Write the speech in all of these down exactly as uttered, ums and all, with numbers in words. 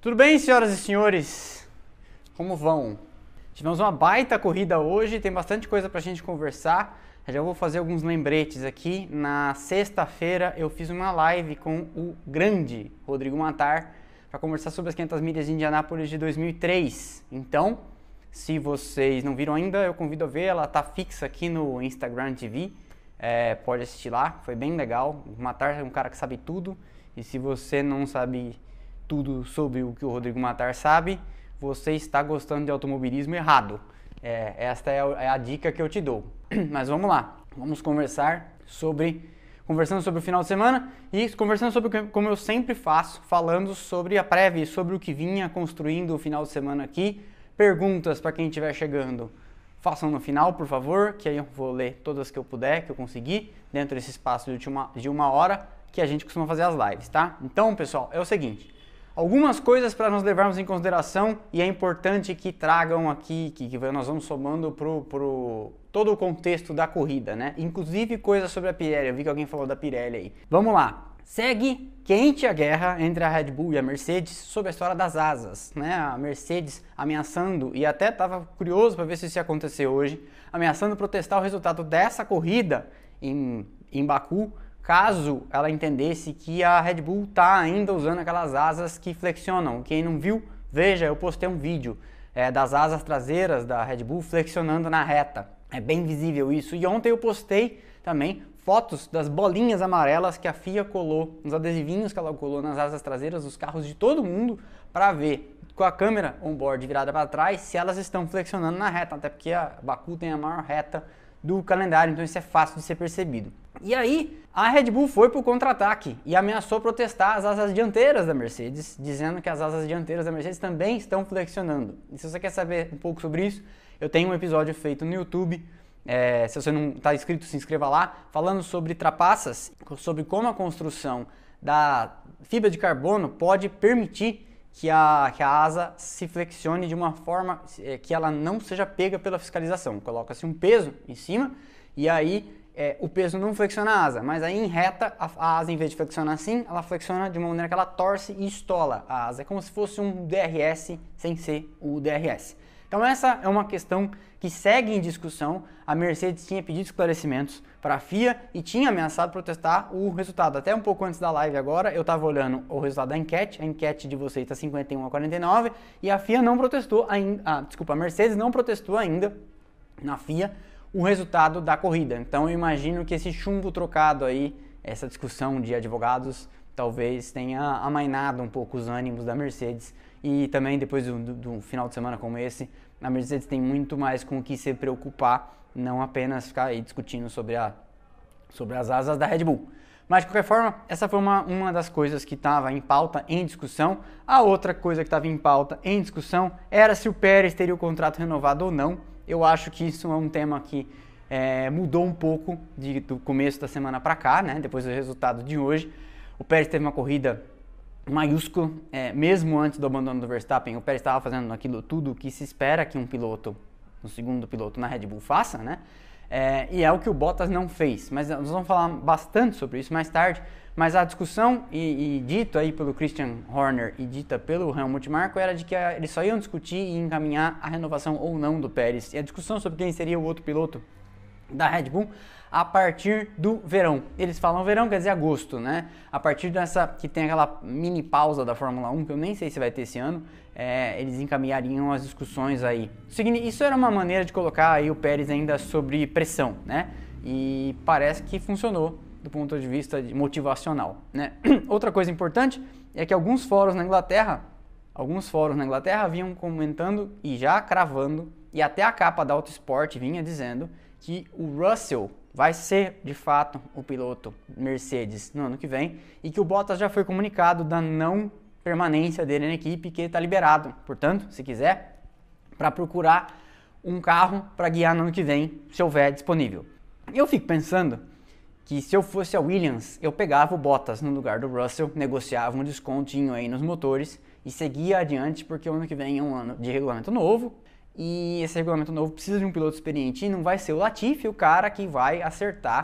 Tudo bem, senhoras e senhores? Como vão? Tivemos uma baita corrida hoje, tem bastante coisa pra gente conversar. Eu já vou fazer alguns lembretes aqui. Na sexta-feira eu fiz uma live com o grande Rodrigo Matar para conversar sobre as quinhentas milhas de Indianápolis de dois mil e três. Então, se vocês não viram ainda, eu convido a ver, ela tá fixa aqui no Instagram T V. É, pode assistir lá, foi bem legal. O Matar é um cara que sabe tudo, e se você não sabe tudo sobre o que o Rodrigo Matar sabe, você está gostando de automobilismo errado. É, esta é a, é a dica que eu te dou. Mas vamos lá, vamos conversar sobre, conversando sobre o final de semana e conversando sobre, como eu sempre faço, falando sobre a prévia, sobre o que vinha construindo o final de semana aqui. Perguntas para quem estiver chegando, façam no final, por favor, que aí eu vou ler todas que eu puder, que eu conseguir, dentro desse espaço de uma, de uma hora que a gente costuma fazer as lives, tá? Então, pessoal, é o seguinte, algumas coisas para nós levarmos em consideração e é importante que tragam aqui, que, que nós vamos somando pro, pro todo o contexto da corrida, né? Inclusive coisas sobre a Pirelli, eu vi que alguém falou da Pirelli aí. Vamos lá. Segue quente a guerra entre a Red Bull e a Mercedes sobre a história das asas, né? A Mercedes ameaçando, e até estava curioso para ver se isso ia acontecer hoje, ameaçando protestar o resultado dessa corrida em, em Baku, caso ela entendesse que a Red Bull está ainda usando aquelas asas que flexionam. Quem não viu, veja, eu postei um vídeo é, das asas traseiras da Red Bull flexionando na reta. É bem visível isso. E ontem eu postei também fotos das bolinhas amarelas que a F I A colou, os adesivinhos que ela colou nas asas traseiras dos carros de todo mundo, para ver com a câmera on-board virada para trás se elas estão flexionando na reta, até porque a Baku tem a maior reta do calendário, então isso é fácil de ser percebido. E aí, a Red Bull foi para o contra-ataque e ameaçou protestar as asas dianteiras da Mercedes, dizendo que as asas dianteiras da Mercedes também estão flexionando. E se você quer saber um pouco sobre isso, eu tenho um episódio feito no YouTube. É, se você não está inscrito, se inscreva lá, falando sobre trapaças, sobre como a construção da fibra de carbono pode permitir que a, que a asa se flexione de uma forma é, que ela não seja pega pela fiscalização. Coloca-se um peso em cima e aí é, o peso não flexiona a asa, mas aí em reta a, a asa, em vez de flexionar assim, ela flexiona de uma maneira que ela torce e estola a asa. É como se fosse um D R S sem ser o D R S. Então essa é uma questão que segue em discussão. A Mercedes tinha pedido esclarecimentos para a F I A e tinha ameaçado protestar o resultado. Até um pouco antes da live agora, eu estava olhando o resultado da enquete, a enquete de vocês está cinquenta e um a quarenta e nove, e a F I A não protestou ainda, ah, desculpa, a Mercedes não protestou ainda na F I A o resultado da corrida. Então eu imagino que esse chumbo trocado aí, essa discussão de advogados, talvez tenha amainado um pouco os ânimos da Mercedes. E também depois do, do, do final de semana como esse, a Mercedes tem muito mais com o que se preocupar, não apenas ficar aí discutindo sobre, a, sobre as asas da Red Bull. Mas de qualquer forma, essa foi uma, uma das coisas que estava em pauta, em discussão. A outra coisa que estava em pauta, em discussão, era se o Pérez teria o contrato renovado ou não. Eu acho que isso é um tema que é, mudou um pouco de, do começo da semana para cá, né? Depois do resultado de hoje. O Pérez teve uma corrida maiúsculo, é, mesmo antes do abandono do Verstappen, o Pérez estava fazendo aquilo tudo que se espera que um piloto, um segundo piloto na Red Bull faça, né? É, e é o que o Bottas não fez, mas nós vamos falar bastante sobre isso mais tarde, mas a discussão, e, e dito aí pelo Christian Horner e dita pelo Helmut Marko, era de que a, eles só iam discutir e encaminhar a renovação ou não do Pérez, e a discussão sobre quem seria o outro piloto da Red Bull a partir do verão. Eles falam verão, quer dizer agosto, né? A partir dessa, que tem aquela mini pausa da Fórmula um, que eu nem sei se vai ter esse ano, é, eles encaminhariam as discussões aí. Isso era uma maneira de colocar aí o Pérez ainda sob pressão, né? E parece que funcionou do ponto de vista motivacional, né? Outra coisa importante é que alguns fóruns na Inglaterra, alguns fóruns na Inglaterra vinham comentando e já cravando, e até a capa da Autosport vinha dizendo que o Russell vai ser, de fato, o piloto Mercedes no ano que vem e que o Bottas já foi comunicado da não permanência dele na equipe, que ele está liberado, portanto, se quiser, para procurar um carro para guiar no ano que vem, se houver disponível. Eu fico pensando que se eu fosse a Williams, eu pegava o Bottas no lugar do Russell, negociava um descontinho aí nos motores e seguia adiante, porque o ano que vem é um ano de regulamento novo, e esse regulamento novo precisa de um piloto experiente e não vai ser o Latifi o cara que vai acertar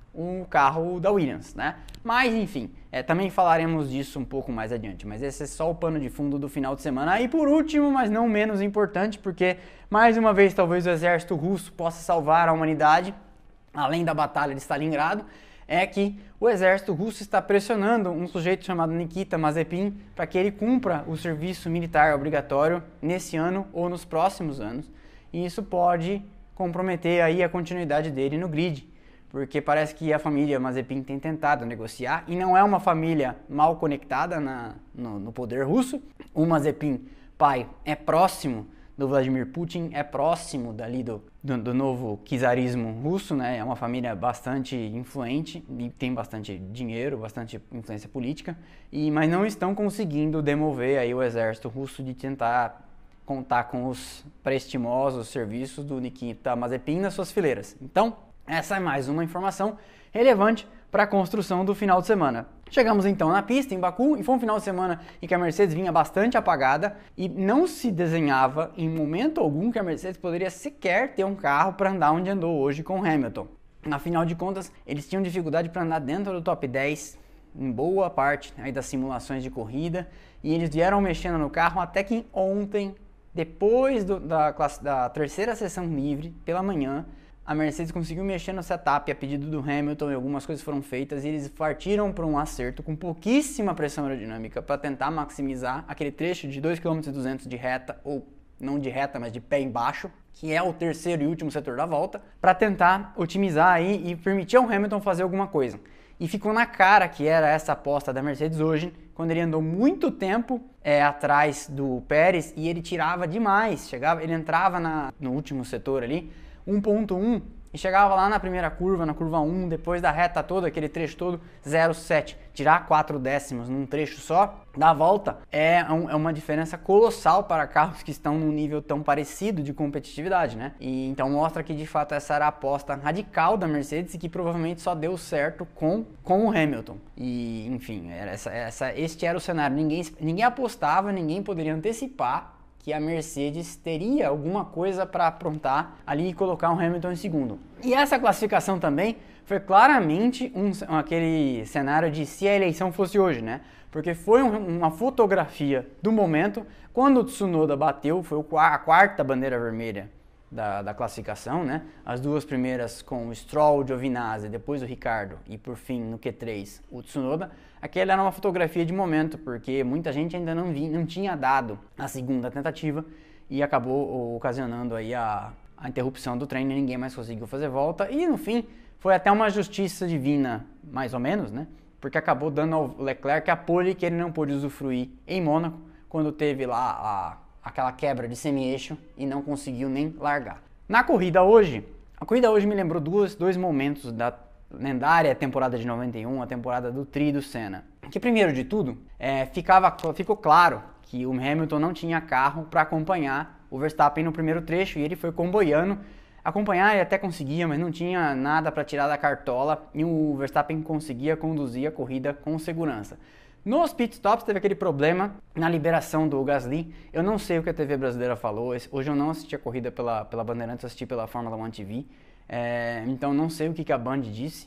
o carro da Williams, né? Mas enfim, é, também falaremos disso um pouco mais adiante, mas esse é só o pano de fundo do final de semana. E por último, mas não menos importante, porque mais uma vez talvez o exército russo possa salvar a humanidade, além da batalha de Stalingrado, é que o exército russo está pressionando um sujeito chamado Nikita Mazepin para que ele cumpra o serviço militar obrigatório nesse ano ou nos próximos anos, e isso pode comprometer aí a continuidade dele no grid, porque parece que a família Mazepin tem tentado negociar, e não é uma família mal conectada na, no, no poder russo. O Mazepin, pai, é próximo do Vladimir Putin, é próximo dali do, do, do novo czarismo russo, né? É uma família bastante influente e tem bastante dinheiro, bastante influência política, e, mas não estão conseguindo demover aí o exército russo de tentar contar com os prestimosos serviços do Nikita Mazepin nas suas fileiras. Então, essa é mais uma informação relevante para a construção do final de semana. Chegamos então na pista, em Baku, e foi um final de semana em que a Mercedes vinha bastante apagada e não se desenhava em momento algum que a Mercedes poderia sequer ter um carro para andar onde andou hoje com Hamilton. Afinal de contas, eles tinham dificuldade para andar dentro do top dez em boa parte aí das simulações de corrida, e eles vieram mexendo no carro até que ontem, depois do, da, classe, da terceira sessão livre, pela manhã, a Mercedes conseguiu mexer no setup a pedido do Hamilton e algumas coisas foram feitas e eles partiram para um acerto com pouquíssima pressão aerodinâmica para tentar maximizar aquele trecho de dois vírgula duzentos quilômetros de reta, ou não de reta, mas de pé embaixo, que é o terceiro e último setor da volta, para tentar otimizar aí e permitir ao Hamilton fazer alguma coisa. E ficou na cara que era essa aposta da Mercedes hoje, quando ele andou muito tempo é, atrás do Pérez e ele tirava demais, chegava, ele entrava na, no último setor ali, um ponto um, e chegava lá na primeira curva, na curva um, depois da reta toda, aquele trecho todo, zero vírgula sete. Tirar quatro décimos num trecho só da volta é, um, é uma diferença colossal para carros que estão num nível tão parecido de competitividade, né? E então mostra que de fato essa era a aposta radical da Mercedes e que provavelmente só deu certo com, com o Hamilton. E enfim, era essa, essa, este era o cenário. Ninguém, ninguém apostava, ninguém poderia antecipar que a Mercedes teria alguma coisa para aprontar ali e colocar um Hamilton em segundo. E essa classificação também foi claramente um, aquele cenário de se a eleição fosse hoje, né? Porque foi um, uma fotografia do momento, quando o Tsunoda bateu, foi a quarta bandeira vermelha da, da classificação, né? As duas primeiras com o Stroll, Giovinazzi, depois o Ricciardo e por fim no Q três o Tsunoda. Aquela era uma fotografia de momento, porque muita gente ainda não, vi, não tinha dado a segunda tentativa e acabou ocasionando aí a, a interrupção do treino e ninguém mais conseguiu fazer volta. E no fim foi até uma justiça divina, mais ou menos, né? Porque acabou dando ao Leclerc a pole que ele não pôde usufruir em Mônaco, quando teve lá a, aquela quebra de semi-eixo e não conseguiu nem largar. Na corrida hoje, a corrida hoje me lembrou duas, dois momentos da lendária temporada de noventa e um, a temporada do Tri do Senna. Que primeiro de tudo, é, ficava, ficou claro que o Hamilton não tinha carro para acompanhar o Verstappen no primeiro trecho e ele foi comboiando. Acompanhar ele até conseguia, mas não tinha nada para tirar da cartola e o Verstappen conseguia conduzir a corrida com segurança. Nos pitstops teve aquele problema na liberação do Gasly. Eu não sei o que a T V brasileira falou, hoje eu não assisti a corrida pela, pela Bandeirantes, assisti pela Fórmula um T V. É, então não sei o que, que a Band disse,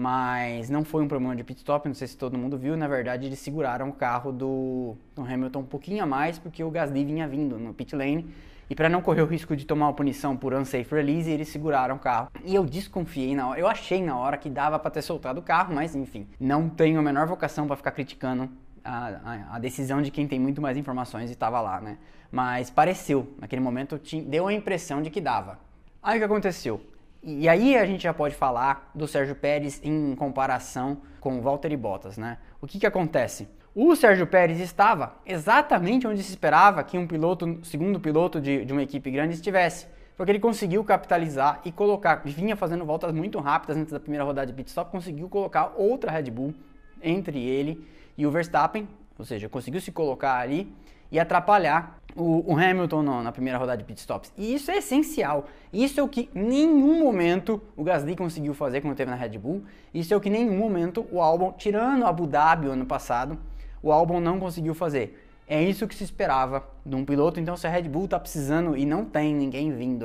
mas não foi um problema de pit stop, não sei se todo mundo viu. Na verdade eles seguraram o carro do, do Hamilton um pouquinho a mais, porque o Gasly vinha vindo no pit lane, e para não correr o risco de tomar uma punição por unsafe release, eles seguraram o carro. E eu desconfiei na hora, eu achei na hora que dava para ter soltado o carro, mas enfim, não tenho a menor vocação para ficar criticando a, a, a decisão de quem tem muito mais informações e estava lá, né? Mas pareceu, naquele momento tinha, deu a impressão de que dava. Aí o que aconteceu? E aí a gente já pode falar do Sérgio Pérez em comparação com o Valtteri Bottas, né? O que que acontece? O Sérgio Pérez estava exatamente onde se esperava que um piloto, segundo piloto de, de uma equipe grande estivesse, porque ele conseguiu capitalizar e colocar, vinha fazendo voltas muito rápidas antes da primeira rodada de pit stop, conseguiu colocar outra Red Bull entre ele e o Verstappen, ou seja, conseguiu se colocar ali e atrapalhar o, o Hamilton no, na primeira rodada de pit stops. E isso é essencial. Isso é o que em nenhum momento o Gasly conseguiu fazer quando teve na Red Bull. Isso é o que em nenhum momento o Albon, tirando Abu Dhabi o ano passado, o Albon não conseguiu fazer. É isso que se esperava de um piloto. Então se a Red Bull está precisando e não tem ninguém vindo aí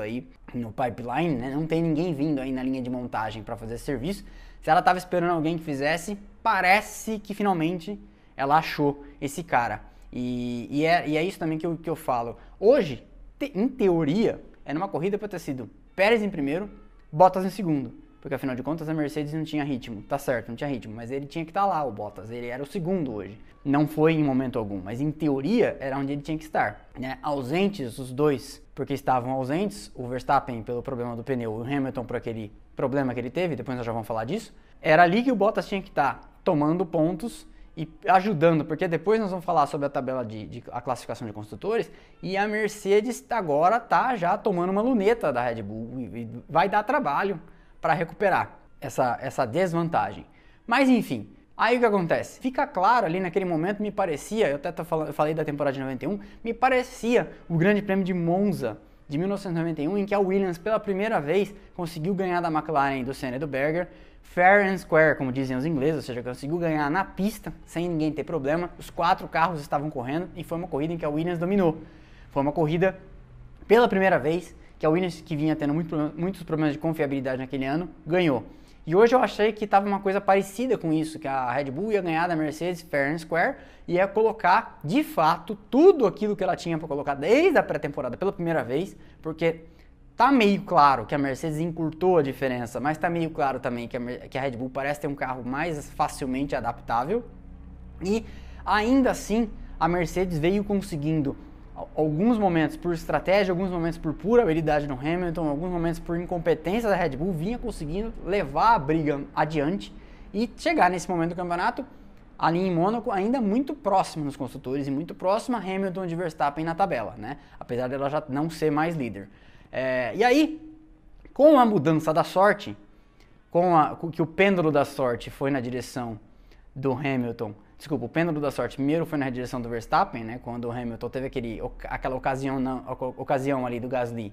no pipeline, né? Não tem ninguém vindo aí na linha de montagem para fazer esse serviço. Se ela estava esperando alguém que fizesse, parece que finalmente ela achou esse cara. E, e, é, e é isso também que eu, que eu falo. Hoje, te, em teoria, era uma corrida para ter sido Pérez em primeiro, Bottas em segundo. Porque afinal de contas a Mercedes não tinha ritmo. Tá certo, não tinha ritmo, mas ele tinha que estar lá, o Bottas. Ele era o segundo hoje. Não foi em momento algum, mas em teoria era onde ele tinha que estar, né? Ausentes os dois, porque estavam ausentes, o Verstappen pelo problema do pneu e o Hamilton por aquele problema que ele teve, depois nós já vamos falar disso. Era ali que o Bottas tinha que estar tomando pontos e ajudando, porque depois nós vamos falar sobre a tabela de, de a classificação de construtores, e a Mercedes agora tá já tomando uma luneta da Red Bull e, e vai dar trabalho para recuperar essa, essa desvantagem. Mas enfim, aí o que acontece? Fica claro ali naquele momento, me parecia, eu até tô falando, eu falei da temporada de noventa e um, me parecia o Grande Prêmio de Monza de mil novecentos e noventa e um, em que a Williams pela primeira vez conseguiu ganhar da McLaren, do Senna e do Berger, fair and square, como dizem os ingleses, ou seja, conseguiu ganhar na pista, sem ninguém ter problema. Os quatro carros estavam correndo e foi uma corrida em que a Williams dominou. Foi uma corrida, pela primeira vez, que a Williams, que vinha tendo muito, muitos problemas de confiabilidade naquele ano, ganhou. E hoje eu achei que estava uma coisa parecida com isso, que a Red Bull ia ganhar da Mercedes fair and square e ia colocar, de fato, tudo aquilo que ela tinha para colocar desde a pré-temporada pela primeira vez, porque tá meio claro que a Mercedes encurtou a diferença, mas tá meio claro também que a, que a Red Bull parece ter um carro mais facilmente adaptável. E ainda assim, a Mercedes veio conseguindo, alguns momentos por estratégia, alguns momentos por pura habilidade no Hamilton, alguns momentos por incompetência da Red Bull, vinha conseguindo levar a briga adiante e chegar nesse momento do campeonato, ali em Mônaco, ainda muito próximo nos construtores e muito próximo a Hamilton de Verstappen na tabela, né? Apesar dela já não ser mais líder. É, e aí, com a mudança da sorte, com a, que o pêndulo da sorte foi na direção do Hamilton, desculpa, o pêndulo da sorte primeiro foi na direção do Verstappen, né, quando o Hamilton teve aquele, aquela ocasião, não, ocasião ali do Gasly,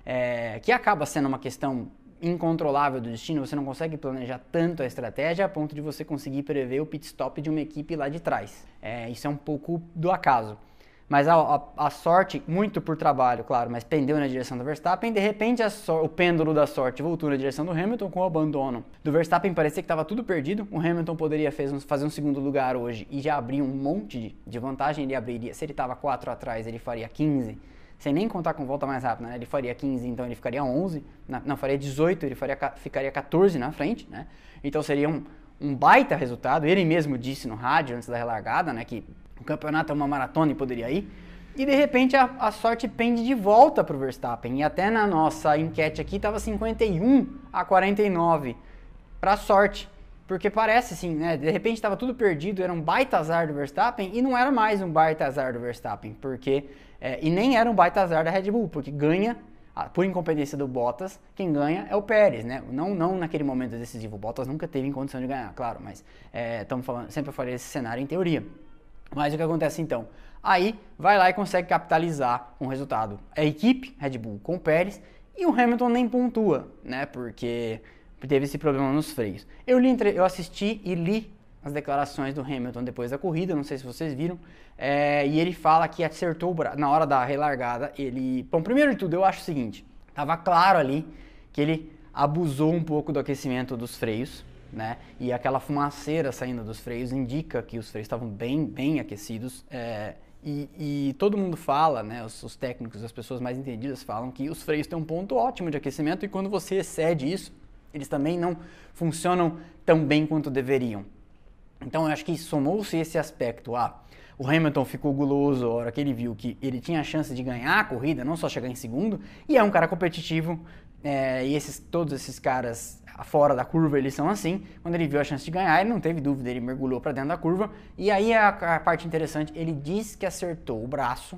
é, que acaba sendo uma questão incontrolável do destino, você não consegue planejar tanto a estratégia a ponto de você conseguir prever o pit stop de uma equipe lá de trás. É, isso é um pouco do acaso. Mas a, a, a sorte, muito por trabalho, claro, mas pendeu na direção do Verstappen. De repente, a so, o pêndulo da sorte voltou na direção do Hamilton com o abandono do Verstappen. Parecia que estava tudo perdido. O Hamilton poderia fez um, fazer um segundo lugar hoje e já abrir um monte de, de vantagem. Ele abriria, se ele estava quatro atrás, ele faria quinze. Sem nem contar com volta mais rápida, né? Ele faria quinze, então ele ficaria onze. Na, não, faria dezoito, ele faria, ficaria quatorze na frente, né? Então seria um, um baita resultado. Ele mesmo disse no rádio antes da relargada, né, que o campeonato é uma maratona e poderia ir. E de repente a, a sorte pende de volta para o Verstappen. E até na nossa enquete aqui estava cinquenta e um a quarenta e nove para a sorte. Porque parece assim, né? De repente estava tudo perdido, era um baita azar do Verstappen e não era mais um baita azar do Verstappen. Porque, é, e nem era um baita azar da Red Bull, porque ganha, por incompetência do Bottas, quem ganha é o Pérez, né? Não, não naquele momento decisivo. O Bottas nunca teve em condição de ganhar, claro, mas estamos é, falando, sempre eu falei esse cenário em teoria. Mas o que acontece então? Aí vai lá e consegue capitalizar um resultado. A equipe, Red Bull, com o Pérez, e o Hamilton nem pontua, né? Porque teve esse problema nos freios. Eu, li, eu assisti e li as declarações do Hamilton depois da corrida, não sei se vocês viram, é, e ele fala que acertou o braço, na hora da relargada, ele... Bom, primeiro de tudo, eu acho o seguinte, tava claro ali que ele abusou um pouco do aquecimento dos freios, né? E aquela fumaceira saindo dos freios indica que os freios estavam bem, bem aquecidos. É, e, e todo mundo fala, né? Os, os técnicos, as pessoas mais entendidas falam que os freios têm um ponto ótimo de aquecimento e quando você excede isso, eles também não funcionam tão bem quanto deveriam. Então eu acho que somou-se esse aspecto. Ah, o Hamilton ficou guloso a hora que ele viu que ele tinha a chance de ganhar a corrida, não só chegar em segundo, e é um cara competitivo. É, e esses, todos esses caras fora da curva, eles são assim. Quando ele viu a chance de ganhar, ele não teve dúvida, ele mergulhou para dentro da curva. E aí a, a parte interessante, ele diz que acertou o braço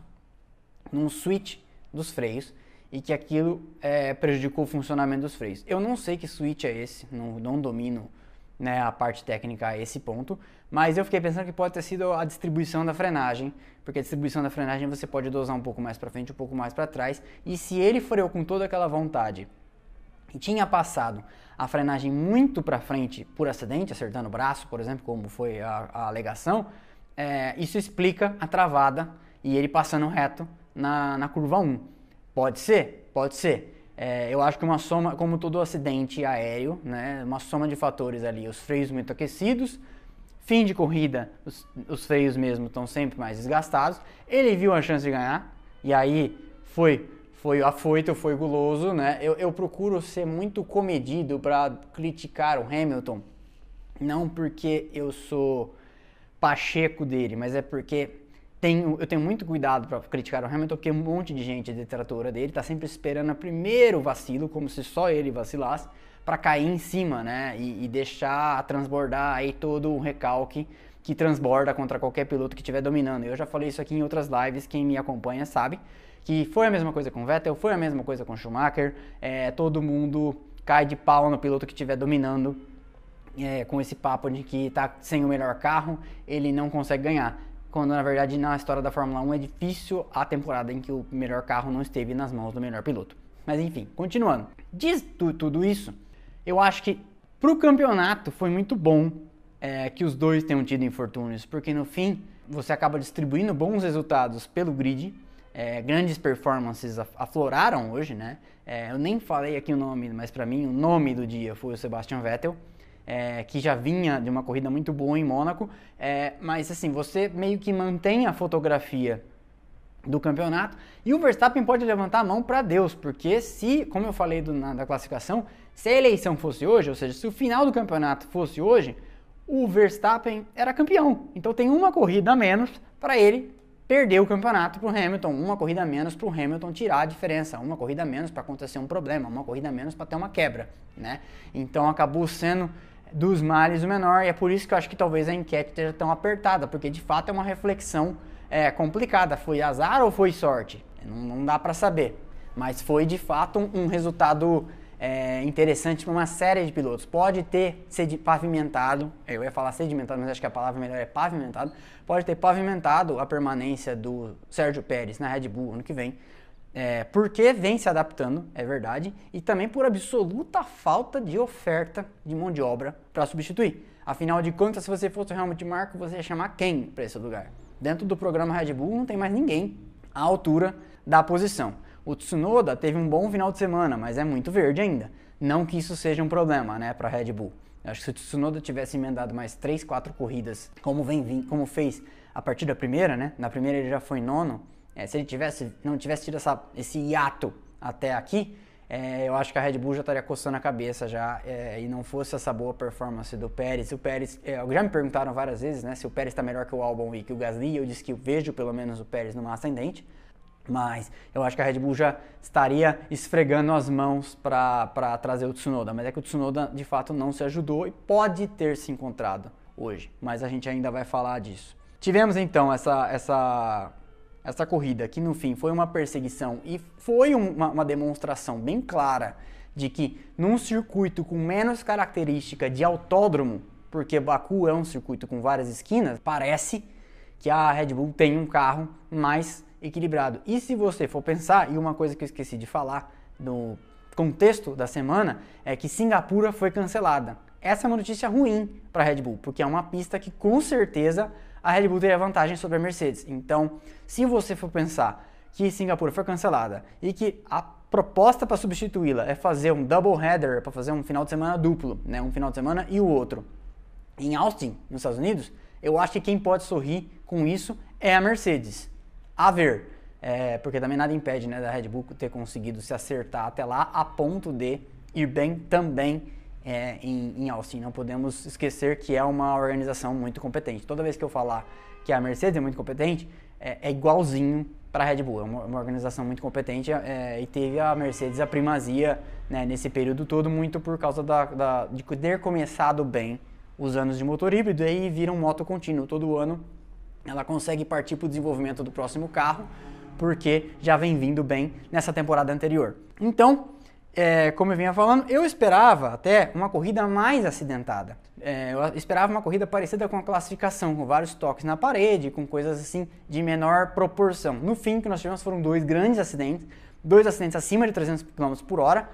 num switch dos freios e que aquilo é, prejudicou o funcionamento dos freios. Eu não sei que switch é esse, não, não domino, né, a parte técnica a esse ponto, mas eu fiquei pensando que pode ter sido a distribuição da frenagem, porque a distribuição da frenagem você pode dosar um pouco mais para frente, um pouco mais para trás, e se ele freou com toda aquela vontade e tinha passado a frenagem muito para frente por acidente, acertando o braço, por exemplo, como foi a, a alegação, é, isso explica a travada e ele passando reto na, na curva um. Pode ser? Pode ser. É, eu acho que uma soma, como todo acidente aéreo, né, uma soma de fatores ali, os freios muito aquecidos, fim de corrida, os, os freios mesmo estão sempre mais desgastados, ele viu a chance de ganhar, e aí foi, foi afoito, foi guloso, né, eu, eu procuro ser muito comedido para criticar o Hamilton, não porque eu sou pacheco dele, mas é porque tenho, eu tenho muito cuidado para criticar o Hamilton, porque um monte de gente é detratora dele, tá sempre esperando o primeiro vacilo, como se só ele vacilasse, para cair em cima, né, e, e deixar transbordar aí todo o recalque que transborda contra qualquer piloto que estiver dominando. Eu já falei isso aqui em outras lives, quem me acompanha sabe, que foi a mesma coisa com o Vettel, foi a mesma coisa com o Schumacher, é, todo mundo cai de pau no piloto que estiver dominando, é, com esse papo de que tá sem o melhor carro, ele não consegue ganhar. Quando na verdade na história da Fórmula um é difícil a temporada em que o melhor carro não esteve nas mãos do melhor piloto. Mas enfim, continuando. Dito tudo isso, eu acho que pro campeonato foi muito bom é, que os dois tenham tido infortúnios, porque no fim você acaba distribuindo bons resultados pelo grid, é, grandes performances afloraram hoje, né? É, eu nem falei aqui o nome, mas para mim o nome do dia foi o Sebastian Vettel. É, que já vinha de uma corrida muito boa em Mônaco, é, mas assim, você meio que mantém a fotografia do campeonato e o Verstappen pode levantar a mão para Deus, porque se, como eu falei do, na, da classificação, se a eleição fosse hoje, ou seja, se o final do campeonato fosse hoje, o Verstappen era campeão, então tem uma corrida a menos para ele perder o campeonato para o Hamilton, uma corrida a menos para o Hamilton tirar a diferença, uma corrida a menos para acontecer um problema, uma corrida a menos para ter uma quebra, né? Então acabou sendo dos males o menor, e é por isso que eu acho que talvez a enquete esteja tão apertada, porque de fato é uma reflexão é, complicada. Foi azar ou foi sorte? Não, não dá para saber, mas foi de fato um, um resultado é, interessante para uma série de pilotos. Pode ter sedi- pavimentado, eu ia falar sedimentado, mas acho que a palavra melhor é pavimentado, pode ter pavimentado a permanência do Sérgio Pérez na Red Bull ano que vem, É, porque vem se adaptando, é verdade, e também por absoluta falta de oferta de mão de obra para substituir. Afinal de contas, se você fosse o Helmut Marko, você ia chamar quem para esse lugar? Dentro do programa Red Bull não tem mais ninguém à altura da posição. O Tsunoda teve um bom final de semana, mas é muito verde ainda. Não que isso seja um problema, né, para a Red Bull. Eu acho que se o Tsunoda tivesse emendado mais três, quatro corridas, como, vem, como fez a partir da primeira, né? Na primeira ele já foi nono. É, se ele tivesse, não tivesse tido essa, esse hiato até aqui, é, eu acho que a Red Bull já estaria coçando a cabeça já, é, e não fosse essa boa performance do Pérez. O Pérez, é, já me perguntaram várias vezes, né, se o Pérez está melhor que o Albon e que o Gasly, eu disse que eu vejo pelo menos o Pérez numa ascendente, mas eu acho que a Red Bull já estaria esfregando as mãos para trazer o Tsunoda, mas é que o Tsunoda de fato não se ajudou e pode ter se encontrado hoje, mas a gente ainda vai falar disso. Tivemos então essa... essa Essa corrida, que no fim foi uma perseguição e foi uma, uma demonstração bem clara de que num circuito com menos característica de autódromo, porque Baku é um circuito com várias esquinas, parece que a Red Bull tem um carro mais equilibrado. E se você for pensar, e uma coisa que eu esqueci de falar no contexto da semana, é que Singapura foi cancelada. Essa é uma notícia ruim para a Red Bull, porque é uma pista que com certeza a Red Bull teria vantagem sobre a Mercedes. Então, se você for pensar que Singapura foi cancelada e que a proposta para substituí-la é fazer um double header, para fazer um final de semana duplo, né, um final de semana e o outro, em Austin, nos Estados Unidos, eu acho que quem pode sorrir com isso é a Mercedes. A ver, é, porque também nada impede, né, da Red Bull ter conseguido se acertar até lá a ponto de ir bem também É, em, em Austin. Não podemos esquecer que é uma organização muito competente. Toda vez que eu falar que a Mercedes é muito competente, é, é igualzinho para a Red Bull. É uma, uma organização muito competente, é, e teve a Mercedes a primazia, né, nesse período todo, muito por causa da, da, de ter começado bem os anos de motor híbrido, e aí vira um moto contínuo. Todo ano ela consegue partir para o desenvolvimento do próximo carro, porque já vem vindo bem nessa temporada anterior. Então, É, como eu vinha falando, eu esperava até uma corrida mais acidentada. É, eu esperava uma corrida parecida com a classificação, com vários toques na parede, com coisas assim de menor proporção. No fim, o que nós tivemos foram dois grandes acidentes, dois acidentes acima de trezentos quilômetros por hora,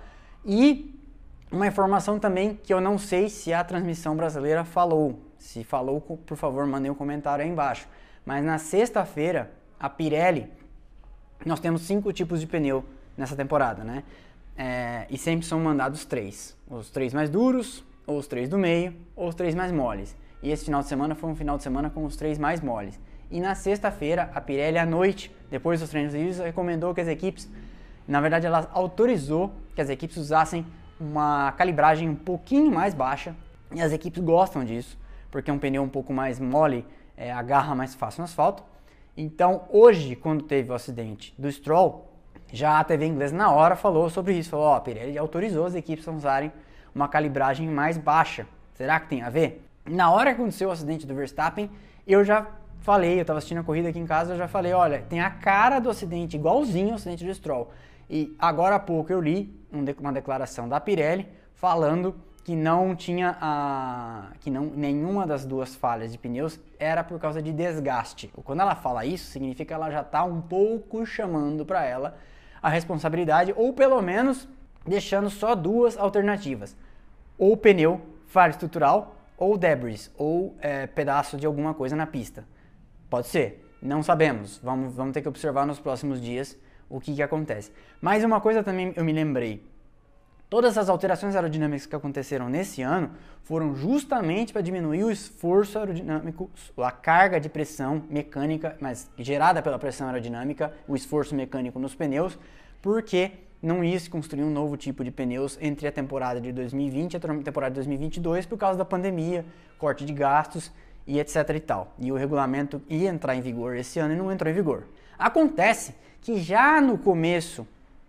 e uma informação também que eu não sei se a transmissão brasileira falou. Se falou, por favor, mandem um comentário aí embaixo. Mas na sexta-feira, a Pirelli, nós temos cinco tipos de pneu nessa temporada, né? é, e sempre são mandados três. Os três mais duros, ou os três do meio, ou os três mais moles. E esse final de semana foi um final de semana com os três mais moles. E na sexta-feira, a Pirelli à noite, depois dos treinos livres, recomendou que as equipes, na verdade ela autorizou que as equipes usassem uma calibragem um pouquinho mais baixa. E as equipes gostam disso, porque um pneu um pouco mais mole é, agarra mais fácil no asfalto. Então hoje, quando teve o acidente do Stroll, já a T V inglesa na hora falou sobre isso. Falou, ó, a Pirelli autorizou as equipes a usarem uma calibragem mais baixa. Será que tem a ver? Na hora que aconteceu o acidente do Verstappen, eu já falei, eu estava assistindo a corrida aqui em casa, eu já falei, olha, tem a cara do acidente, igualzinho ao acidente do Stroll. E agora há pouco eu li uma declaração da Pirelli falando que não tinha a, que não, nenhuma das duas falhas de pneus era por causa de desgaste. Quando ela fala isso, significa que ela já está um pouco chamando para ela a responsabilidade, ou pelo menos deixando só duas alternativas. Ou pneu, falha estrutural, ou debris, ou é, pedaço de alguma coisa na pista. Pode ser, não sabemos. Vamos, vamos ter que observar nos próximos dias o que, que acontece. Mas uma coisa também eu me lembrei. Todas as alterações aerodinâmicas que aconteceram nesse ano foram justamente para diminuir o esforço aerodinâmico, a carga de pressão mecânica, mas gerada pela pressão aerodinâmica, o esforço mecânico nos pneus, porque não ia se construir um novo tipo de pneus entre a temporada de dois mil e vinte e a temporada de dois mil e vinte e dois por causa da pandemia, corte de gastos e etc e tal. E o regulamento ia entrar em vigor esse ano e não entrou em vigor. Acontece que já no começo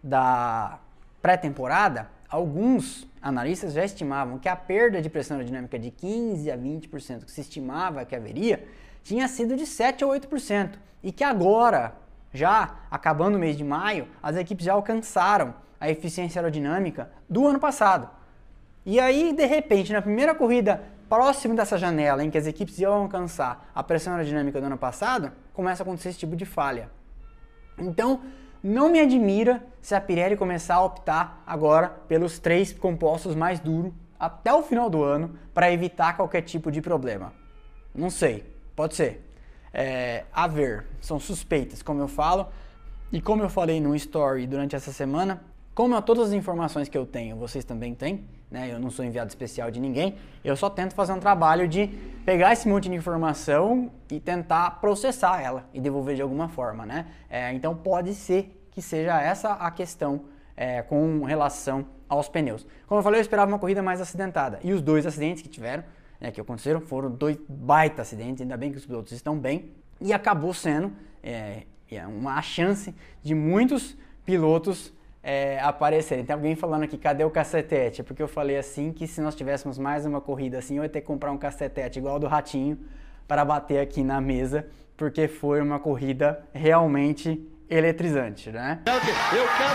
da pré-temporada, alguns analistas já estimavam que a perda de pressão aerodinâmica de quinze a vinte por cento que se estimava que haveria, tinha sido de sete a oito por cento. E que agora, já acabando o mês de maio, as equipes já alcançaram a eficiência aerodinâmica do ano passado. E aí, de repente, na primeira corrida próximo dessa janela em que as equipes iam alcançar a pressão aerodinâmica do ano passado, começa a acontecer esse tipo de falha. Então, não me admira se a Pirelli começar a optar agora pelos três compostos mais duros até o final do ano para evitar qualquer tipo de problema. Não sei, pode ser. É, a ver, são suspeitas, como eu falo, e como eu falei no story durante essa semana, como todas as informações que eu tenho, vocês também têm, né? Eu não sou enviado especial de ninguém, eu só tento fazer um trabalho de pegar esse monte de informação e tentar processar ela e devolver de alguma forma, né? É, então pode ser que seja essa a questão é, com relação aos pneus. Como eu falei, eu esperava uma corrida mais acidentada, e os dois acidentes que tiveram, né, que aconteceram, foram dois baita acidentes, ainda bem que os pilotos estão bem, e acabou sendo é, uma chance de muitos pilotos é, aparecerem. Tem alguém falando aqui, cadê o cacetete? Porque eu falei assim que se nós tivéssemos mais uma corrida assim, eu ia ter que comprar um cacetete igual ao do Ratinho para bater aqui na mesa, porque foi uma corrida realmente eletrizante, né? Eu quero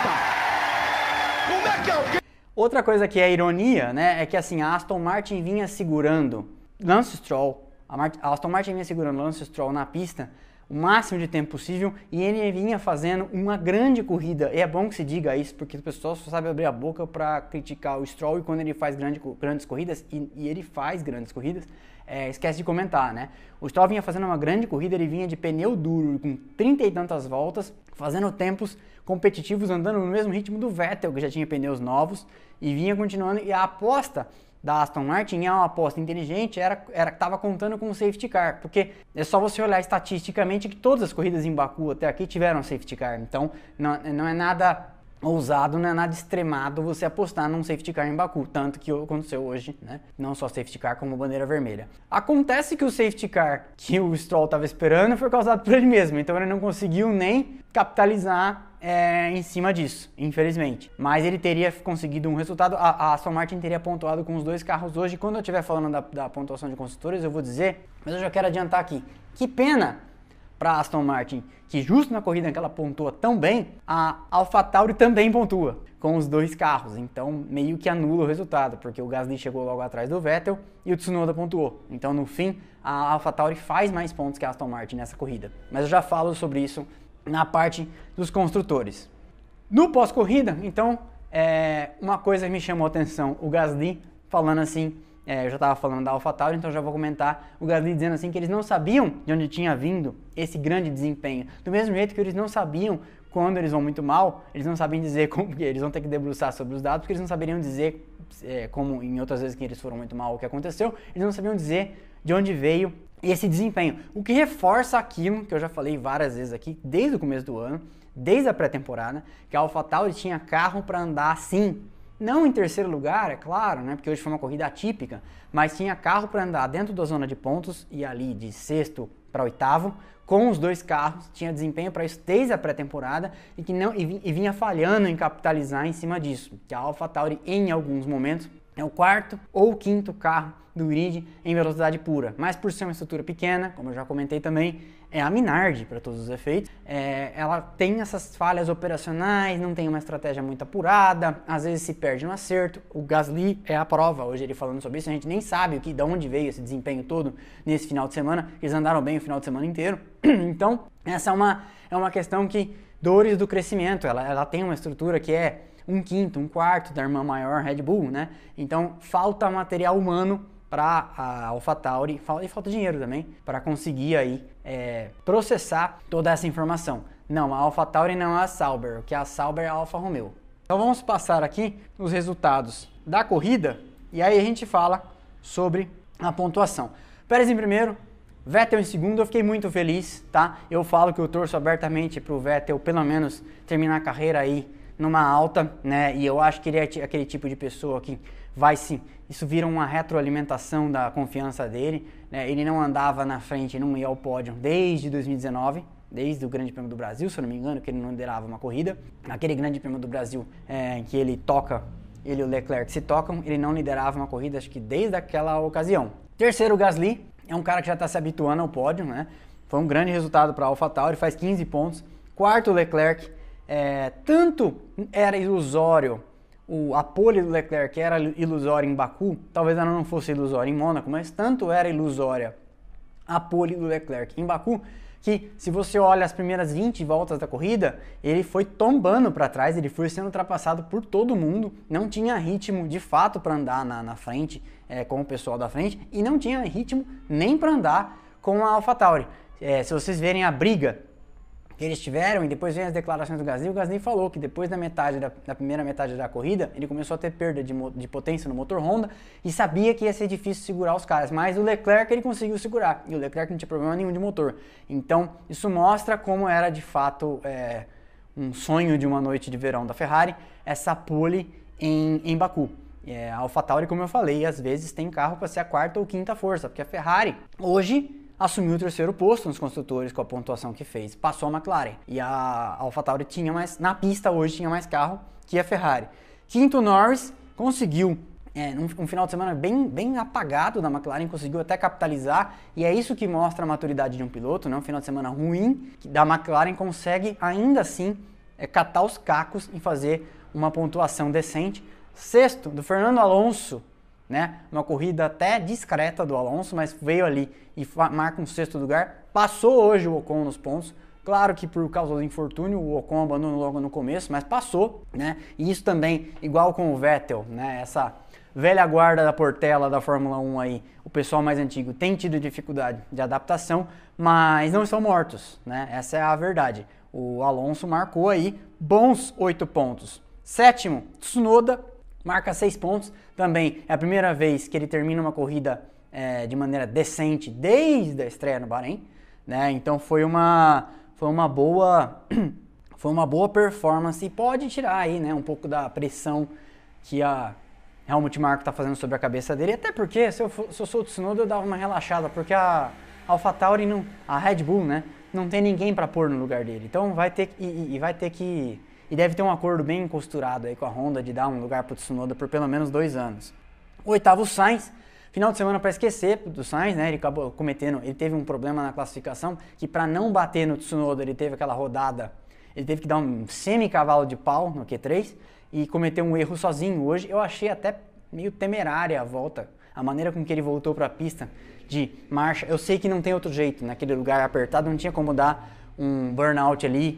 perguntar, como é que alguém... Outra coisa que é ironia, né, é que assim, a Aston Martin vinha segurando Lance Stroll, a, Mart- a Aston Martin vinha segurando Lance Stroll na pista o máximo de tempo possível e ele vinha fazendo uma grande corrida. E é bom que se diga isso, porque o pessoal só sabe abrir a boca para criticar o Stroll e quando ele faz grande, grandes corridas, e, e ele faz grandes corridas, é, esquece de comentar, né? O Stroll vinha fazendo uma grande corrida, ele vinha de pneu duro, com trinta e tantas voltas, fazendo tempos competitivos, andando no mesmo ritmo do Vettel, que já tinha pneus novos, e vinha continuando, e a aposta da Aston Martin é uma aposta inteligente, era era estava contando com o safety car, porque é só você olhar estatisticamente que todas as corridas em Baku até aqui tiveram safety car, então não, não é nada ousado, não é nada extremado você apostar num safety car em Baku, tanto que aconteceu hoje, né? Não só safety car como bandeira vermelha. Acontece que o safety car que o Stroll estava esperando foi causado por ele mesmo, então ele não conseguiu nem capitalizar é, em cima disso, infelizmente. Mas ele teria conseguido um resultado, a, a Aston Martin teria pontuado com os dois carros hoje. Quando eu estiver falando da, da pontuação de construtores, eu vou dizer, mas eu já quero adiantar aqui, que pena para a Aston Martin, que justo na corrida que ela pontua tão bem, a AlphaTauri também pontua com os dois carros, então meio que anula o resultado, porque o Gasly chegou logo atrás do Vettel e o Tsunoda pontuou. Então no fim, a AlphaTauri faz mais pontos que a Aston Martin nessa corrida, mas eu já falo sobre isso na parte dos construtores. No pós-corrida, então, é, uma coisa que me chamou a atenção, o Gasly falando assim, é, eu já estava falando da AlphaTauri, então já vou comentar, o Gasly dizendo assim que eles não sabiam de onde tinha vindo esse grande desempenho, do mesmo jeito que eles não sabiam quando eles vão muito mal, eles não sabem dizer como, porque eles vão ter que debruçar sobre os dados, porque eles não saberiam dizer, é, como em outras vezes que eles foram muito mal, o que aconteceu, eles não sabiam dizer de onde veio esse desempenho. O que reforça aquilo que eu já falei várias vezes aqui, desde o começo do ano, desde a pré-temporada, que a AlphaTauri tinha carro para andar sim, não em terceiro lugar, é claro, né, porque hoje foi uma corrida atípica, mas tinha carro para andar dentro da zona de pontos e ali de sexto para oitavo, com os dois carros, tinha desempenho para isso desde a pré-temporada e que não e vinha falhando em capitalizar em cima disso. Que a AlphaTauri em alguns momentos é o quarto ou quinto carro do grid em velocidade pura, mas por ser uma estrutura pequena, como eu já comentei também, é a Minardi para todos os efeitos, é, ela tem essas falhas operacionais, não tem uma estratégia muito apurada, às vezes se perde no acerto. O Gasly é a prova, hoje ele falando sobre isso, a gente nem sabe o que, de onde veio esse desempenho todo nesse final de semana, eles andaram bem o final de semana inteiro, então essa é uma, é uma questão que, dores do crescimento, ela, ela tem uma estrutura que é um quinto, um quarto da irmã maior Red Bull, né? Então falta material humano para a AlphaTauri e falta dinheiro também para conseguir aí é, processar toda essa informação. Não, a AlphaTauri não é a Sauber, o que é a Sauber é a Alfa Romeo. Então vamos passar aqui os resultados da corrida e aí a gente fala sobre a pontuação. Pérez em primeiro, Vettel em segundo, eu fiquei muito feliz, tá? Eu falo que eu torço abertamente para o Vettel pelo menos terminar a carreira aí numa alta, né? E eu acho que ele é aquele tipo de pessoa que vai sim, isso vira uma retroalimentação da confiança dele, né? Ele não andava na frente, não ia ao pódio desde dois mil e dezenove, desde o Grande Prêmio do Brasil, se eu não me engano, que ele não liderava uma corrida. Naquele Grande Prêmio do Brasil, é, que ele toca, ele e o Leclerc se tocam, ele não liderava uma corrida, acho que desde aquela ocasião. Terceiro, Gasly, é um cara que já está se habituando ao pódio, né? Foi um grande resultado para a AlphaTauri, faz quinze pontos. Quarto, Leclerc, é, tanto era ilusório o, a pole do Leclerc era ilusória em Baku, talvez ela não fosse ilusória em Mônaco, mas tanto era ilusória a pole do Leclerc em Baku, que se você olha as primeiras vinte voltas da corrida, ele foi tombando para trás, ele foi sendo ultrapassado por todo mundo, não tinha ritmo de fato para andar na, na frente, é, com o pessoal da frente, e não tinha ritmo nem para andar com a AlphaTauri. É, se vocês verem a briga que eles tiveram, e depois vem as declarações do Gasly, o Gasly falou que depois da metade da, da primeira metade da corrida, ele começou a ter perda de, de potência no motor Honda e sabia que ia ser difícil segurar os caras, mas o Leclerc ele conseguiu segurar, e o Leclerc não tinha problema nenhum de motor. Então isso mostra como era de fato é, um sonho de uma noite de verão da Ferrari, essa pole em, em Baku. É, a AlphaTauri, como eu falei, às vezes tem carro para ser a quarta ou quinta força, porque a Ferrari hoje assumiu o terceiro posto nos construtores com a pontuação que fez, passou a McLaren, e a AlphaTauri tinha mais, na pista hoje tinha mais carro que a Ferrari. Quinto, Norris conseguiu, é, um, um final de semana bem, bem apagado da McLaren, conseguiu até capitalizar, e é isso que mostra a maturidade de um piloto, né? Um final de semana ruim, que da McLaren consegue ainda assim é, catar os cacos e fazer uma pontuação decente. Sexto, do Fernando Alonso, né? Uma corrida até discreta do Alonso, mas veio ali e marca um sexto lugar. Passou hoje o Ocon nos pontos. Claro que por causa do infortúnio o Ocon abandonou logo no começo, mas passou, né? E isso também, igual com o Vettel, né? Essa velha guarda da Portela da Fórmula um aí, o pessoal mais antigo tem tido dificuldade de adaptação, mas não estão mortos, né? Essa é a verdade. O Alonso marcou aí bons oito pontos. Sétimo, Tsunoda marca seis pontos, também é a primeira vez que ele termina uma corrida é, de maneira decente desde a estreia no Bahrein, né? Então foi uma, foi uma boa foi uma boa performance e pode tirar aí, né, um pouco da pressão que a Helmut Marko está fazendo sobre a cabeça dele, até porque se eu, se eu sou o Tsunoda eu dava uma relaxada, porque a AlphaTauri, não, a Red Bull, né, não tem ninguém para pôr no lugar dele, então vai ter que, e, e vai ter que E deve ter um acordo bem costurado aí com a Honda de dar um lugar para o Tsunoda por pelo menos dois anos. Oitavo, Sainz. Final de semana para esquecer do Sainz, né? Ele acabou cometendo, ele teve um problema na classificação que para não bater no Tsunoda, ele teve aquela rodada, ele teve que dar um semi-cavalo de pau no Q três e cometeu um erro sozinho hoje. Eu achei até meio temerária a volta, a maneira com que ele voltou para a pista de marcha. Eu sei que não tem outro jeito, naquele lugar apertado não tinha como dar um burnout ali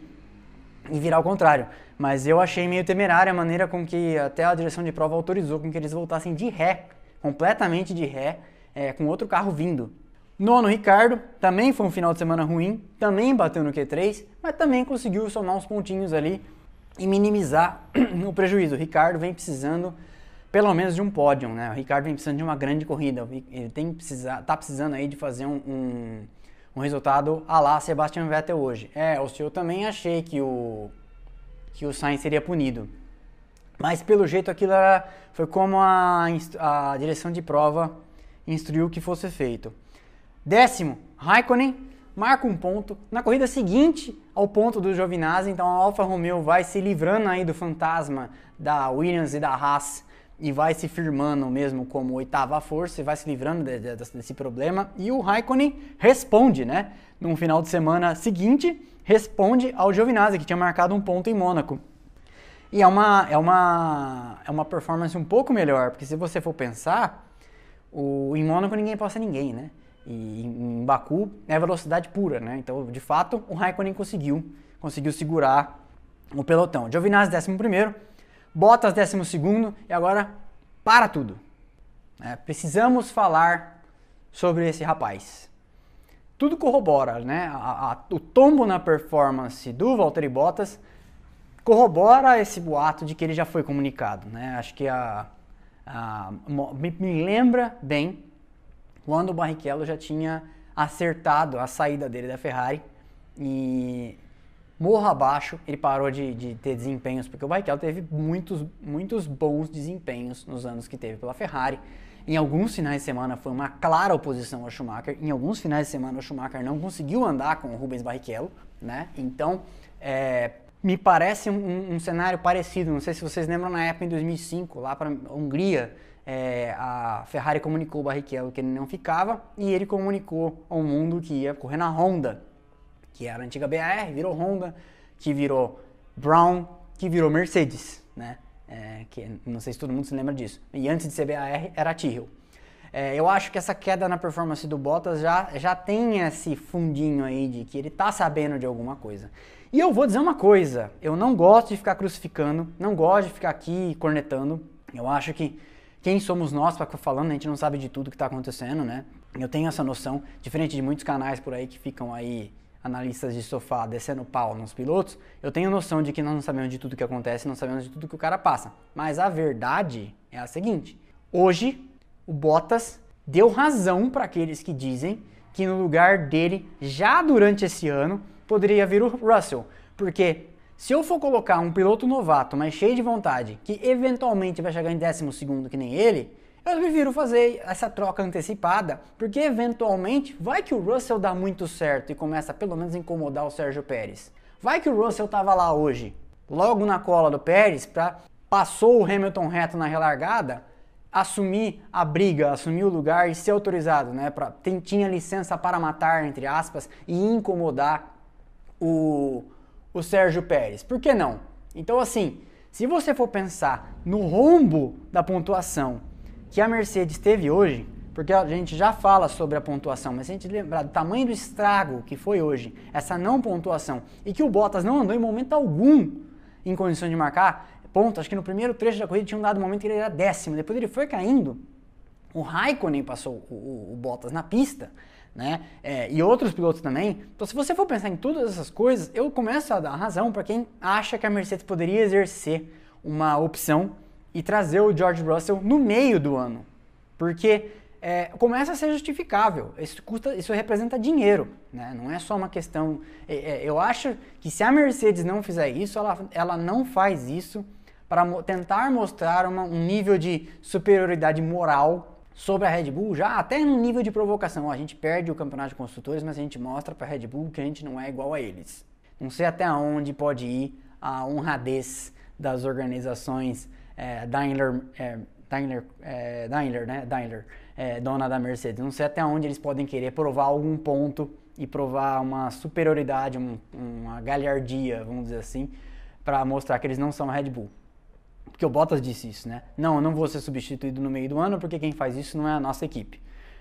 e virar ao contrário, mas eu achei meio temerária a maneira com que até a direção de prova autorizou com que eles voltassem de ré, completamente de ré, é, com outro carro vindo. Nono, Ricardo, também foi um final de semana ruim, também bateu no Q três, mas também conseguiu somar uns pontinhos ali e minimizar o prejuízo. O Ricardo vem precisando pelo menos de um pódio, né? O Ricardo vem precisando de uma grande corrida, ele tem precisar, tá precisando aí de fazer um, um, um resultado à la Sebastian Vettel hoje. É, o eu também achei que o, que o Sainz seria punido, mas pelo jeito aquilo era, foi como a, a direção de prova instruiu que fosse feito. Décimo, Raikkonen marca um ponto na corrida seguinte ao ponto do Giovinazzi, então a Alfa Romeo vai se livrando aí do fantasma da Williams e da Haas e vai se firmando mesmo como oitava força e vai se livrando de, de, desse problema, e o Raikkonen responde, né, no final de semana seguinte, responde ao Giovinazzi, que tinha marcado um ponto em Mônaco. E é uma, é uma, é uma performance um pouco melhor, porque se você for pensar, o, em Mônaco ninguém passa ninguém, né? E em Baku é velocidade pura, né? Então, de fato, o Raikkonen conseguiu, conseguiu segurar o pelotão. Giovinazzi décimo primeiro, Bottas décimo segundo e agora para tudo. É, precisamos falar sobre esse rapaz. Tudo corrobora, né? A, a, o tombo na performance do Valtteri Bottas corrobora esse boato de que ele já foi comunicado, né? Acho que a, a, me, me lembra bem quando o Barrichello já tinha acertado a saída dele da Ferrari e morro abaixo ele parou de, de ter desempenhos, porque o Barrichello teve muitos, muitos bons desempenhos nos anos que teve pela Ferrari. Em alguns finais de semana foi uma clara oposição ao Schumacher, em alguns finais de semana o Schumacher não conseguiu andar com o Rubens Barrichello, né? Então, é, me parece um, um cenário parecido, não sei se vocês lembram na época em dois mil e cinco, lá para a Hungria, É, a Ferrari comunicou ao Barrichello que ele não ficava e ele comunicou ao mundo que ia correr na Honda, que era a antiga B A R, virou Honda, que virou Brown, que virou Mercedes, né? É, que não sei se todo mundo se lembra disso. E antes de ser B A R era a Tyrrell. É, eu acho que essa queda na performance do Bottas já, já tem esse fundinho aí de que ele tá sabendo de alguma coisa. E eu vou dizer uma coisa, eu não gosto de ficar crucificando, não gosto de ficar aqui cornetando. Eu acho que quem somos nós para ficar falando, a gente não sabe de tudo que está acontecendo, né? Eu tenho essa noção, diferente de muitos canais por aí que ficam aí, analistas de sofá, descendo pau nos pilotos, eu tenho noção de que nós não sabemos de tudo que acontece, não sabemos de tudo que o cara passa. Mas a verdade é a seguinte, hoje o Bottas deu razão para aqueles que dizem que no lugar dele, já durante esse ano, poderia vir o Russell, porque se eu for colocar um piloto novato, mas cheio de vontade, que eventualmente vai chegar em décimo segundo que nem ele, eu prefiro fazer essa troca antecipada, porque eventualmente vai que o Russell dá muito certo e começa a pelo menos a incomodar o Sérgio Pérez. Vai que o Russell tava lá hoje, logo na cola do Pérez, pra, passou o Hamilton reto na relargada, assumir a briga, assumir o lugar e ser autorizado, né? Pra, tem, tinha licença para matar, entre aspas, e incomodar o... o Sérgio Pérez. Por que não? Então, assim, se você for pensar no rombo da pontuação que a Mercedes teve hoje, porque a gente já fala sobre a pontuação, mas se a gente lembrar do tamanho do estrago que foi hoje, essa não pontuação, e que o Bottas não andou em momento algum em condições de marcar ponto, acho que no primeiro trecho da corrida tinha um dado momento que ele era décimo, depois ele foi caindo, o Raikkonen passou o, o, o Bottas na pista, né? É, e outros pilotos também. Então, se você for pensar em todas essas coisas, eu começo a dar razão para quem acha que a Mercedes poderia exercer uma opção e trazer o George Russell no meio do ano, porque é, começa a ser justificável. Isso custa, isso representa dinheiro, né? Não é só uma questão. É, é, eu acho que se a Mercedes não fizer isso, ela, ela não faz isso para mo- tentar mostrar uma, um nível de superioridade moral sobre a Red Bull, já até no nível de provocação. Ó, a gente perde o campeonato de construtores, mas a gente mostra para a Red Bull que a gente não é igual a eles. Não sei até onde pode ir a honradez das organizações é, Daimler, é, Daimler, é, Daimler, né? Daimler, é, dona da Mercedes. Não sei até onde eles podem querer provar algum ponto e provar uma superioridade, um, uma galhardia, vamos dizer assim, para mostrar que eles não são a Red Bull. Porque o Bottas disse isso, né? Não, eu não vou ser substituído no meio do ano porque quem faz isso não é a nossa equipe.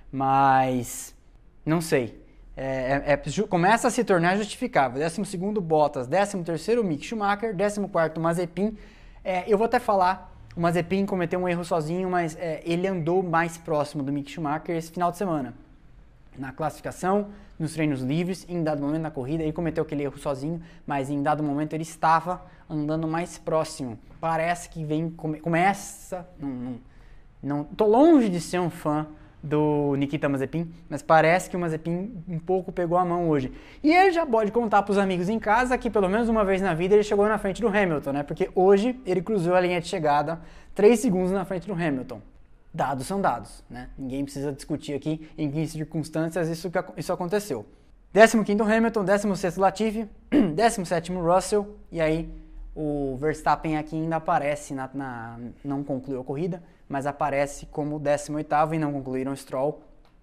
Mas, não sei. É, é, é, começa a se tornar justificável. décimo segundo Bottas, décimo terceiro Mick Schumacher, décimo quarto Mazepin. É, eu vou até falar, o Mazepin cometeu um erro sozinho, mas é, ele andou mais próximo do Mick Schumacher esse final de semana. na classificação, nos treinos livres, em dado momento na corrida, ele cometeu aquele erro sozinho, mas em dado momento ele estava andando mais próximo. Parece que vem, come, começa, não, não, não, tô longe de ser um fã do Nikita Mazepin, mas parece que o Mazepin um pouco pegou a mão hoje. E ele já pode contar para os amigos em casa que pelo menos uma vez na vida ele chegou na frente do Hamilton, né? Porque hoje ele cruzou a linha de chegada três segundos na frente do Hamilton. Dados são dados, né? Ninguém precisa discutir aqui em que circunstâncias isso, isso aconteceu. décimo quinto Hamilton, décimo sexto Latifi, décimo sétimo Russell, e aí o Verstappen aqui ainda aparece, na, na, não concluiu a corrida, mas aparece como décimo oitavo e não concluíram Stroll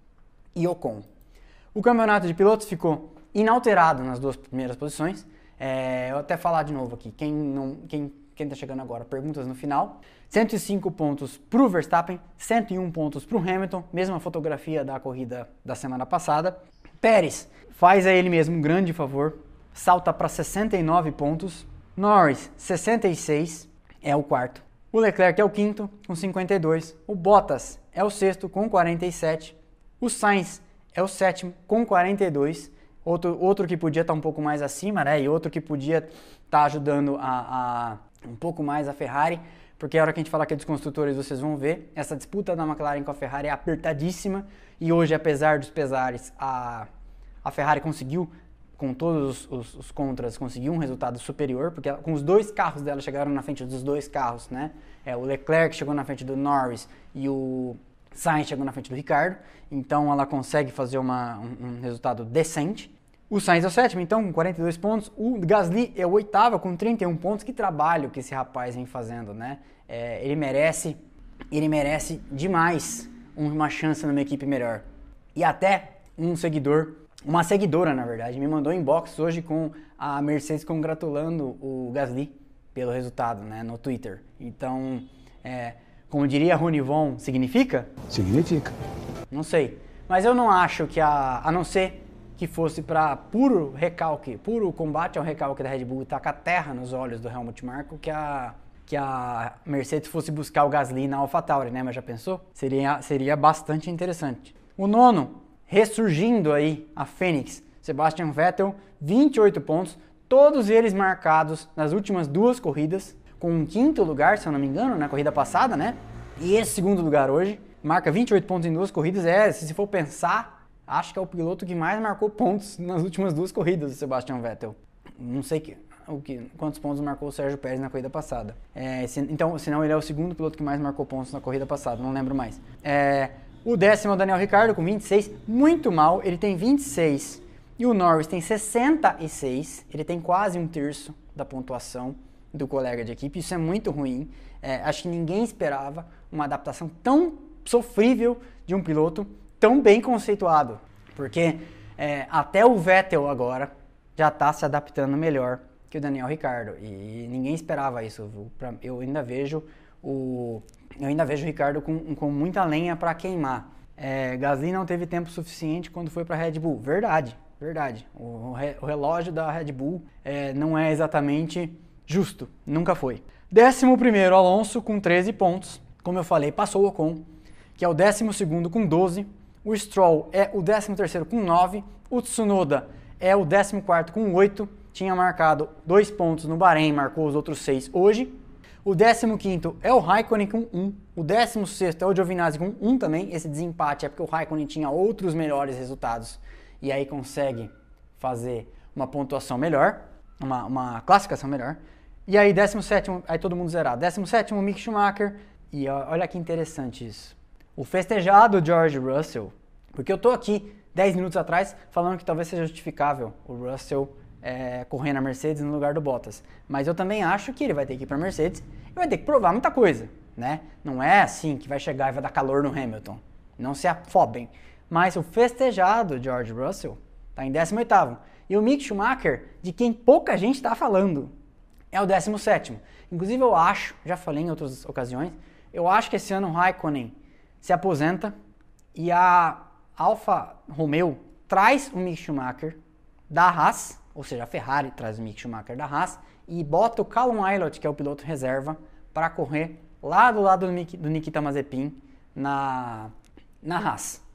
e Ocon. O campeonato de pilotos ficou inalterado nas duas primeiras posições. É, eu vou até falar de novo aqui, quem não... Quem, Quem está chegando agora, perguntas no final. cento e cinco pontos para o Verstappen, cento e um pontos para o Hamilton, mesma fotografia da corrida da semana passada. Pérez faz a ele mesmo um grande favor, salta para sessenta e nove pontos. Norris, sessenta e seis, é o quarto. O Leclerc é o quinto, com cinquenta e dois. O Bottas é o sexto, com quarenta e sete. O Sainz é o sétimo, com quarenta e dois. Outro, outro que podia estar um pouco mais acima, né? E outro que podia estar ajudando a... a um pouco mais a Ferrari, porque a hora que a gente falar aqui dos construtores, vocês vão ver, essa disputa da McLaren com a Ferrari é apertadíssima, e hoje, apesar dos pesares, a, a Ferrari conseguiu, com todos os, os, os contras, conseguiu um resultado superior, porque ela, com os dois carros dela chegaram na frente dos dois carros, né? É, o Leclerc chegou na frente do Norris e o Sainz chegou na frente do Ricciardo, então ela consegue fazer uma, um, um resultado decente. O Sainz é o sétimo, então, com quarenta e dois pontos. O Gasly é o oitavo, com trinta e um pontos. Que trabalho que esse rapaz vem fazendo, né? É, ele merece, ele merece demais uma chance numa equipe melhor. E até um seguidor, uma seguidora, na verdade, me mandou inbox hoje com a Mercedes congratulando o Gasly pelo resultado, né, no Twitter. Então, é, como diria Rony Von, significa? Significa. Não sei. Mas eu não acho que a... A não ser que fosse para puro recalque, puro combate ao recalque da Red Bull e tacar terra nos olhos do Helmut Marko, que a, que a Mercedes fosse buscar o Gasly na AlphaTauri, né? Mas já pensou? Seria, seria bastante interessante. O nono, ressurgindo aí, a Fênix, Sebastian Vettel, vinte e oito pontos, todos eles marcados nas últimas duas corridas, com um quinto lugar, se eu não me engano, na corrida passada, né? E esse segundo lugar hoje, marca vinte e oito pontos em duas corridas, é, se for pensar... Acho que é o piloto que mais marcou pontos nas últimas duas corridas, o Sebastian Vettel. Não sei que, o que, quantos pontos marcou o Sérgio Pérez na corrida passada. É, se, então, senão ele é o segundo piloto que mais marcou pontos na corrida passada, não lembro mais. É, o décimo é o Daniel Ricciardo com vinte e seis, muito mal, ele tem vinte e seis. E o Norris tem sessenta e seis, ele tem quase um terço da pontuação do colega de equipe. Isso é muito ruim. É, acho que ninguém esperava uma adaptação tão sofrível de um piloto tão bem conceituado, porque é, até o Vettel agora já está se adaptando melhor que o Daniel Ricciardo, e ninguém esperava isso. Eu ainda vejo o, eu ainda vejo o Ricciardo com, com muita lenha para queimar. É, Gasly não teve tempo suficiente quando foi para a Red Bull, verdade, verdade. O, o relógio da Red Bull é, não é exatamente justo, nunca foi. Décimo primeiro Alonso com treze pontos, como eu falei, passou o Ocon, que é o décimo segundo com doze. O Stroll é o décimo terceiro com nove, o Tsunoda é o décimo quarto com oito, tinha marcado dois pontos no Bahrein, marcou os outros seis hoje. O décimo quinto é o Raikkonen com um, o décimo sexto é o Giovinazzi com um também, esse desempate é porque o Raikkonen tinha outros melhores resultados e aí consegue fazer uma pontuação melhor, uma, uma classificação melhor. E aí décimo sétimo, aí todo mundo zerado, décimo sétimo Mick Schumacher, e olha que interessante isso. O festejado George Russell, porque eu tô aqui dez minutos atrás falando que talvez seja justificável o Russell é, correr na Mercedes no lugar do Bottas, mas eu também acho que ele vai ter que ir para Mercedes e vai ter que provar muita coisa, né? Não é assim que vai chegar e vai dar calor no Hamilton, não se afobem, mas o festejado George Russell tá em décimo oitavo e o Mick Schumacher, de quem pouca gente está falando, é o décimo sétimo. Inclusive eu acho, já falei em outras ocasiões, eu acho que esse ano o Raikkonen se aposenta e a Alfa Romeo traz o Mick Schumacher da Haas, ou seja, a Ferrari traz o Mick Schumacher da Haas e bota o Callum Ilott, que é o piloto reserva, para correr lá do lado do, Nick, do Nikita Mazepin na, na Haas.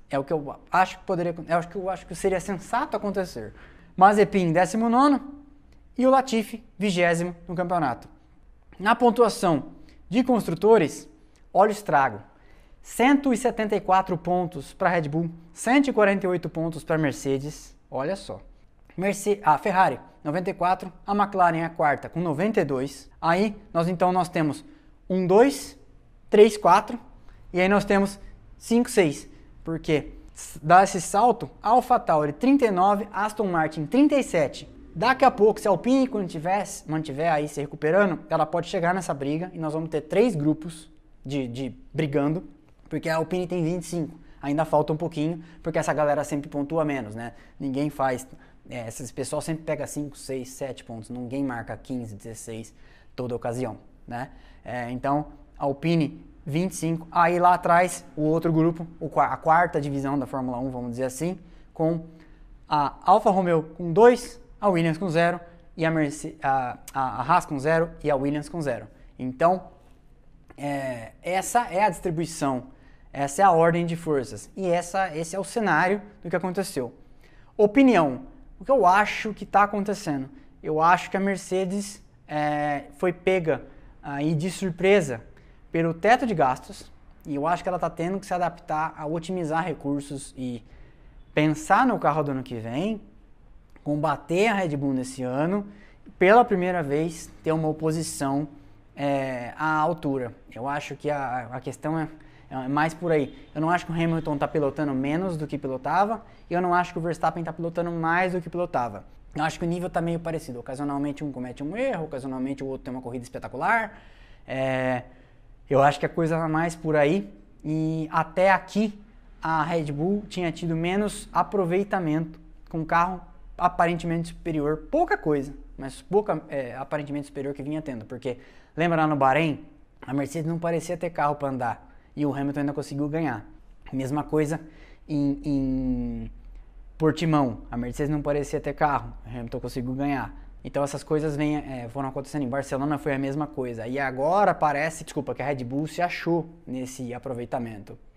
É o que eu acho que poderia, é o que eu acho que seria sensato acontecer. Mazepin, décimo nono, e o Latifi, vigésimo no campeonato. Na pontuação de construtores, olha o estrago. cento e setenta e quatro pontos para a Red Bull, cento e quarenta e oito pontos para a Mercedes, olha só. Mercedes, a Ferrari, noventa e quatro, a McLaren é a quarta com noventa e dois. Aí, nós então nós temos um, dois, três, quatro, e aí nós temos cinco, seis. Porque dá esse salto, AlphaTauri trinta e nove, Aston Martin trinta e sete. Daqui a pouco, se a Alpine mantiver, mantiver aí se recuperando, ela pode chegar nessa briga e nós vamos ter três grupos de, de brigando, porque a Alpine tem vinte e cinco. Ainda falta um pouquinho, porque essa galera sempre pontua menos, né? Ninguém faz... É, esse pessoal sempre pega cinco, seis, sete pontos, ninguém marca quinze, dezesseis toda ocasião, né? É, então, a Alpine vinte e cinco, aí lá atrás o outro grupo, a quarta divisão da Fórmula um, vamos dizer assim, com a Alfa Romeo com dois, a Williams com zero, e a, Mercedes, a, a, a Haas com zero e a Williams com zero. Então, é, essa é a distribuição, essa é a ordem de forças, e essa, esse é o cenário do que aconteceu. Opinião. O que eu acho que está acontecendo? Eu acho que a Mercedes é, foi pega aí de surpresa pelo teto de gastos, e eu acho que ela está tendo que se adaptar a otimizar recursos e pensar no carro do ano que vem, combater a Red Bull nesse ano, pela primeira vez ter uma oposição é, à altura. Eu acho que a, a questão é É mais por aí. Eu não acho que o Hamilton está pilotando menos do que pilotava, e eu não acho que o Verstappen está pilotando mais do que pilotava. Eu acho que o nível está meio parecido. Ocasionalmente um comete um erro, ocasionalmente o outro tem uma corrida espetacular. É, eu acho que a coisa é mais por aí. E até aqui a Red Bull tinha tido menos aproveitamento com um carro aparentemente superior. Pouca coisa, mas pouca é, aparentemente superior que vinha tendo. Porque lembra lá no Bahrein, a Mercedes não parecia ter carro para andar. E o Hamilton ainda conseguiu ganhar. Mesma coisa em, em Portimão. A Mercedes não parecia ter carro. O Hamilton conseguiu ganhar. Então essas coisas vem, é, foram acontecendo. Em Barcelona foi a mesma coisa. E agora parece, desculpa, que a Red Bull se achou nesse aproveitamento.